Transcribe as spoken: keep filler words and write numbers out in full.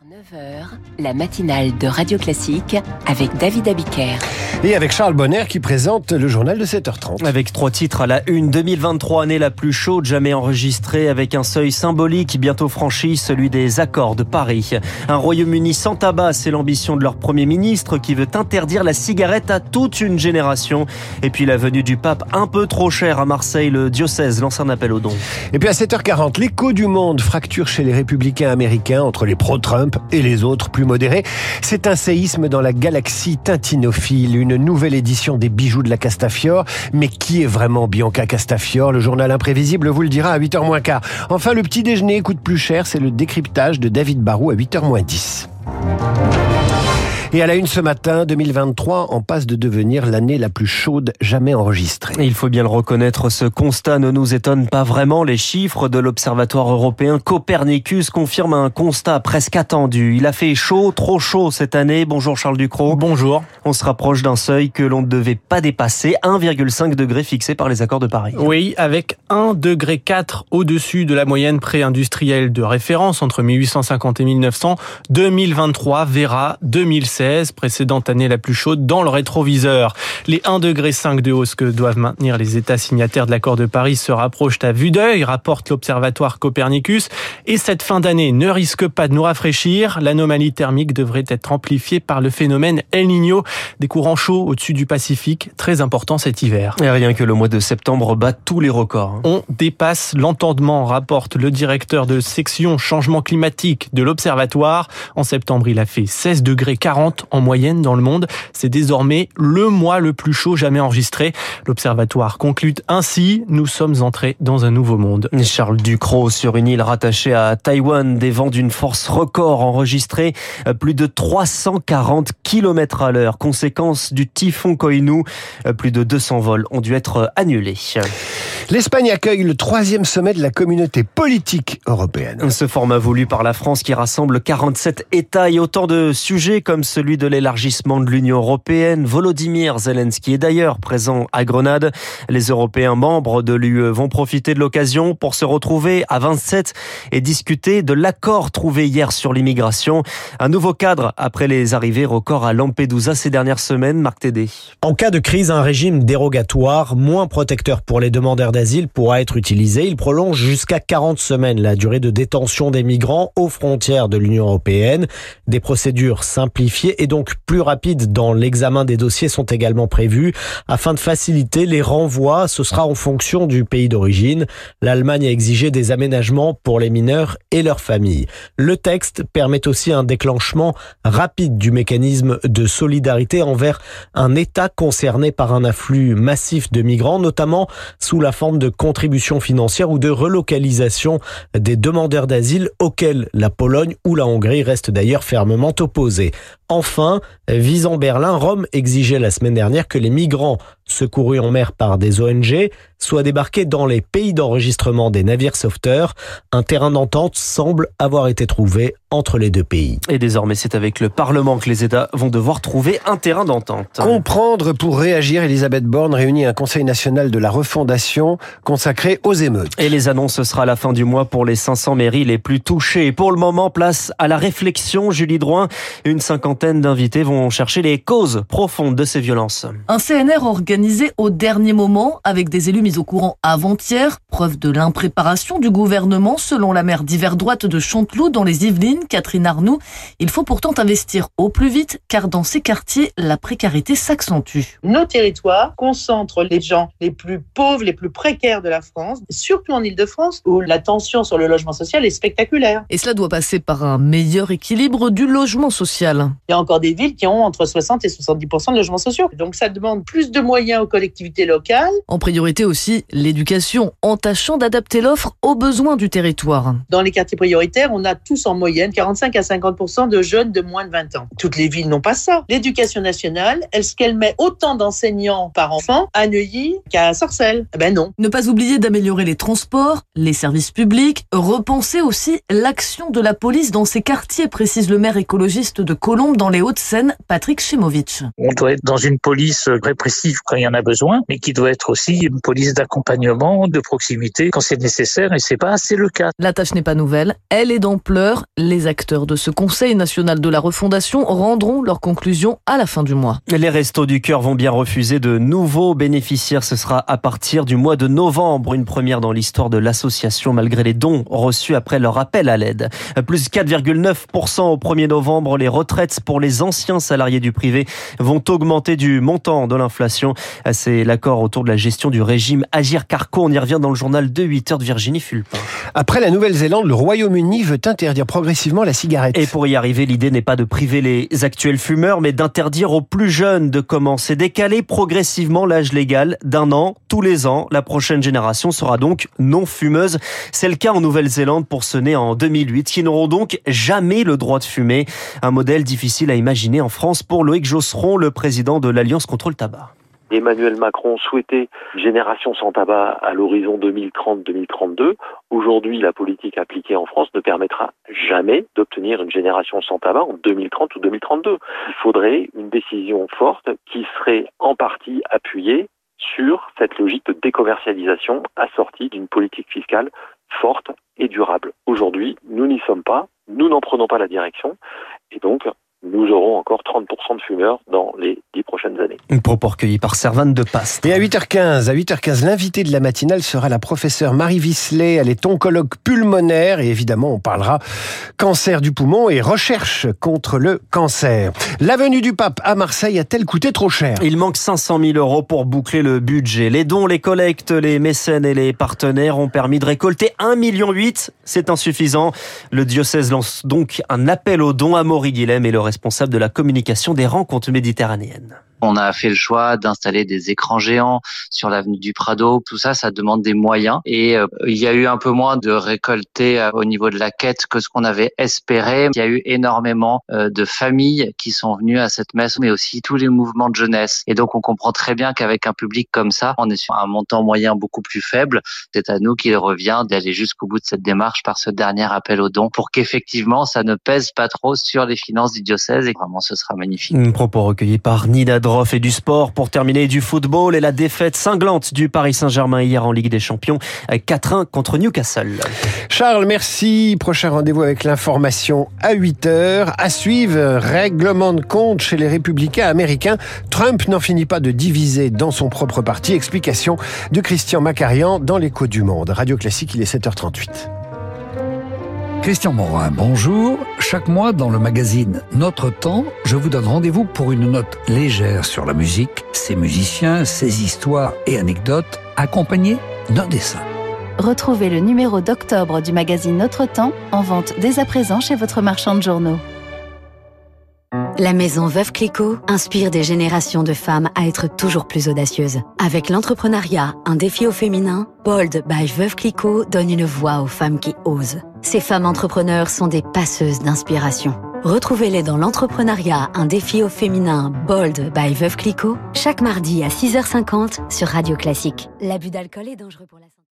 neuf heures, la matinale de Radio Classique avec David Abiker. Et avec Charles Bonner qui présente le journal de sept heures trente. Avec trois titres à la une, deux mille vingt-trois, année la plus chaude jamais enregistrée, avec un seuil symbolique bientôt franchi, celui des accords de Paris. Un Royaume-Uni sans tabac, c'est l'ambition de leur Premier ministre qui veut interdire la cigarette à toute une génération. Et puis la venue du pape un peu trop cher à Marseille, le diocèse lance un appel aux dons. Et puis à sept heures quarante, l'écho du monde, fracture chez les républicains américains entre les pro-Trump et les autres plus modérés. C'est un séisme dans la galaxie tintinophile, une nouvelle édition des bijoux de la Castafiore. Mais qui est vraiment Bianca Castafiore? Le journal imprévisible vous le dira à huit heures moins quart. Enfin, le petit déjeuner coûte plus cher, c'est le décryptage de David Barrault à huit heures moins dix. Et à la une ce matin, deux mille vingt-trois en passe de devenir l'année la plus chaude jamais enregistrée. Il faut bien le reconnaître, ce constat ne nous étonne pas vraiment. Les chiffres de l'Observatoire européen Copernicus confirment un constat presque attendu. Il a fait chaud, trop chaud cette année. Bonjour Charles Ducrot. Bonjour. On se rapproche d'un seuil que l'on ne devait pas dépasser, un virgule cinq degré fixé par les accords de Paris. Oui, avec un virgule quatre degré au-dessus de la moyenne pré-industrielle de référence entre mille huit cent cinquante et mille neuf cents. deux mille vingt-trois verra deux mille seize, précédente année la plus chaude, dans le rétroviseur. Les un virgule cinq degré de hausse que doivent maintenir les États signataires de l'accord de Paris se rapprochent à vue d'œil, rapporte l'Observatoire Copernicus. Et cette fin d'année ne risque pas de nous rafraîchir. L'anomalie thermique devrait être amplifiée par le phénomène El Niño, des courants chauds au-dessus du Pacifique, très important cet hiver. Et rien que le mois de septembre bat tous les records. On dépasse l'entendement, rapporte le directeur de section changement climatique de l'Observatoire. En septembre, il a fait seize degrés quarante en moyenne dans le monde. C'est désormais le mois le plus chaud jamais enregistré. L'Observatoire conclut ainsi, nous sommes entrés dans un nouveau monde. Charles Ducrot, sur une île rattachée à Taïwan, des vents d'une force record enregistrés, plus de trois cent quarante kilomètres à l'heure. Conséquence du typhon Koinu, plus de deux cents vols ont dû être annulés. L'Espagne accueille le troisième sommet de la communauté politique européenne. Ce format voulu par la France qui rassemble quarante-sept États et autant de sujets comme celui de l'élargissement de l'Union européenne. Volodymyr Zelensky est d'ailleurs présent à Grenade. Les Européens membres de l'U E vont profiter de l'occasion pour se retrouver à vingt-sept et discuter de l'accord trouvé hier sur l'immigration. Un nouveau cadre après les arrivées records à Lampedusa ces dernières semaines. Marc Tédé. En cas de crise, un régime dérogatoire moins protecteur pour les demandeurs d'asile pourra être utilisé. Il prolonge jusqu'à quarante semaines la durée de détention des migrants aux frontières de l'Union européenne. Des procédures simplifiées et donc plus rapides dans l'examen des dossiers sont également prévues. Afin de faciliter les renvois, ce sera en fonction du pays d'origine. L'Allemagne a exigé des aménagements pour les mineurs et leurs familles. Le texte permet aussi un déclenchement rapide du mécanisme de solidarité envers un État concerné par un afflux massif de migrants, notamment sous la forme de contributions financières ou de relocalisation des demandeurs d'asile auxquels la Pologne ou la Hongrie restent d'ailleurs fermement opposés. Enfin, visant Berlin, Rome exigeait la semaine dernière que les migrants secourus en mer par des O N G soient débarqués dans les pays d'enregistrement des navires sauveteurs. Un terrain d'entente semble avoir été trouvé entre les deux pays. Et désormais, c'est avec le Parlement que les États vont devoir trouver un terrain d'entente. Comprendre pour réagir, Elisabeth Borne réunit un Conseil national de la refondation consacré aux émeutes. Et les annonces, ce sera à la fin du mois pour les cinq cents mairies les plus touchées. Pour le moment, place à la réflexion. Julie Drouin, une cinquantaine d'invités vont chercher les causes profondes de ces violences. Un C N R organisé au dernier moment avec des élus mis au courant avant-hier, preuve de l'impréparation du gouvernement selon la maire d'hiver droite de Chanteloup dans les Yvelines, Catherine Arnoux. Il faut pourtant investir au plus vite car dans ces quartiers, la précarité s'accentue. Nos territoires concentrent les gens les plus pauvres, les plus précaires de la France, surtout en Île-de-France où la tension sur le logement social est spectaculaire. Et cela doit passer par un meilleur équilibre du logement social. Il y a encore des villes qui ont entre soixante et soixante-dix pour cent de logements sociaux. Donc ça demande plus de moyens aux collectivités locales. En priorité aussi, l'éducation, en tâchant d'adapter l'offre aux besoins du territoire. Dans les quartiers prioritaires, on a tous en moyenne quarante-cinq à cinquante pour cent de jeunes de moins de vingt ans. Toutes les villes n'ont pas ça. L'éducation nationale, est-ce qu'elle met autant d'enseignants par enfant à Neuilly qu'à Sarcelles? Eh ben non. Ne pas oublier d'améliorer les transports, les services publics, repenser aussi l'action de la police dans ces quartiers, précise le maire écologiste de Colombes dans les Hauts-de-Seine, Patrick Chemovitch. On doit être dans une police répressive quand il y en a besoin, mais qui doit être aussi une police d'accompagnement, de proximité quand c'est nécessaire, et c'est pas assez le cas. La tâche n'est pas nouvelle, elle est d'ampleur. Les acteurs de ce Conseil national de la refondation rendront leurs conclusions à la fin du mois. Les Restos du Cœur vont bien refuser de nouveaux bénéficiaires. Ce sera à partir du mois de novembre, une première dans l'histoire de l'association malgré les dons reçus après leur appel à l'aide. Plus quatre virgule neuf pour cent au premier novembre. Les retraites pour les anciens salariés du privé vont augmenter du montant de l'inflation. C'est l'accord autour de la gestion du régime Agir Carco. On y revient dans le journal de huit heures de Virginie Fulpin. Après la Nouvelle-Zélande, le Royaume-Uni veut interdire progressivement la cigarette. Et pour y arriver, l'idée n'est pas de priver les actuels fumeurs, mais d'interdire aux plus jeunes de commencer. Décaler progressivement l'âge légal d'un an tous les ans. La prochaine génération sera donc non fumeuse. C'est le cas en Nouvelle-Zélande pour ceux nés en deux mille huit, qui n'auront donc jamais le droit de fumer. Un modèle difficile à imaginer en France pour Loïc Josseron, le président de l'Alliance contre le tabac. Emmanuel Macron souhaitait une génération sans tabac à l'horizon deux mille trente deux mille trente-deux. Aujourd'hui, la politique appliquée en France ne permettra jamais d'obtenir une génération sans tabac en deux mille trente ou deux mille trente-deux. Il faudrait une décision forte qui serait en partie appuyée sur cette logique de décommercialisation assortie d'une politique fiscale forte et durable. Aujourd'hui, nous n'y sommes pas, nous n'en prenons pas la direction, et donc nous aurons encore trente pour cent de fumeurs dans les dix prochaines années. Un propos recueilli par Servane de Pastre. Et à huit heures quinze, à huit heures quinze, l'invitée de la matinale sera la professeure Marie Visselet. Elle est oncologue pulmonaire et évidemment, on parlera cancer du poumon et recherche contre le cancer. L'avenue du Pape à Marseille a-t-elle coûté trop cher ? Il manque cinq cent mille euros pour boucler le budget. Les dons, les collectes, les mécènes et les partenaires ont permis de récolter un virgule huit million. C'est insuffisant. Le diocèse lance donc un appel aux dons. Amaury Guilhem est le responsable de la communication des rencontres méditerranéennes. On a fait le choix d'installer des écrans géants sur l'avenue du Prado. Tout ça, ça demande des moyens. Et euh, il y a eu un peu moins de récoltés euh, au niveau de la quête que ce qu'on avait espéré. Il y a eu énormément euh, de familles qui sont venues à cette messe, mais aussi tous les mouvements de jeunesse. Et donc, on comprend très bien qu'avec un public comme ça, on est sur un montant moyen beaucoup plus faible. C'est à nous qu'il revient d'aller jusqu'au bout de cette démarche par ce dernier appel aux dons pour qu'effectivement, ça ne pèse pas trop sur les finances du diocèse. Et vraiment, ce sera magnifique. Un propos recueilli par Nina Droff. Et du sport pour terminer, du football et la défaite cinglante du Paris Saint-Germain hier en Ligue des Champions, quatre un contre Newcastle. Charles, merci. Prochain rendez-vous avec l'information à huit heures. À suivre, règlement de compte chez les républicains américains. Trump n'en finit pas de diviser dans son propre parti. Explication de Christian Macarian dans l'Écho du Monde. Radio Classique, il est sept heures trente-huit. Christian Morin, bonjour. Chaque mois dans le magazine Notre Temps, je vous donne rendez-vous pour une note légère sur la musique, ses musiciens, ses histoires et anecdotes, accompagnés d'un dessin. Retrouvez le numéro d'octobre du magazine Notre Temps en vente dès à présent chez votre marchand de journaux. La maison Veuve Clicquot inspire des générations de femmes à être toujours plus audacieuses. Avec l'entrepreneuriat, un défi au féminin, Bold by Veuve Clicquot donne une voix aux femmes qui osent. Ces femmes entrepreneurs sont des passeuses d'inspiration. Retrouvez-les dans l'entrepreneuriat, un défi au féminin, Bold by Veuve Clicquot, chaque mardi à six heures cinquante sur Radio Classique. L'abus d'alcool est dangereux pour la santé.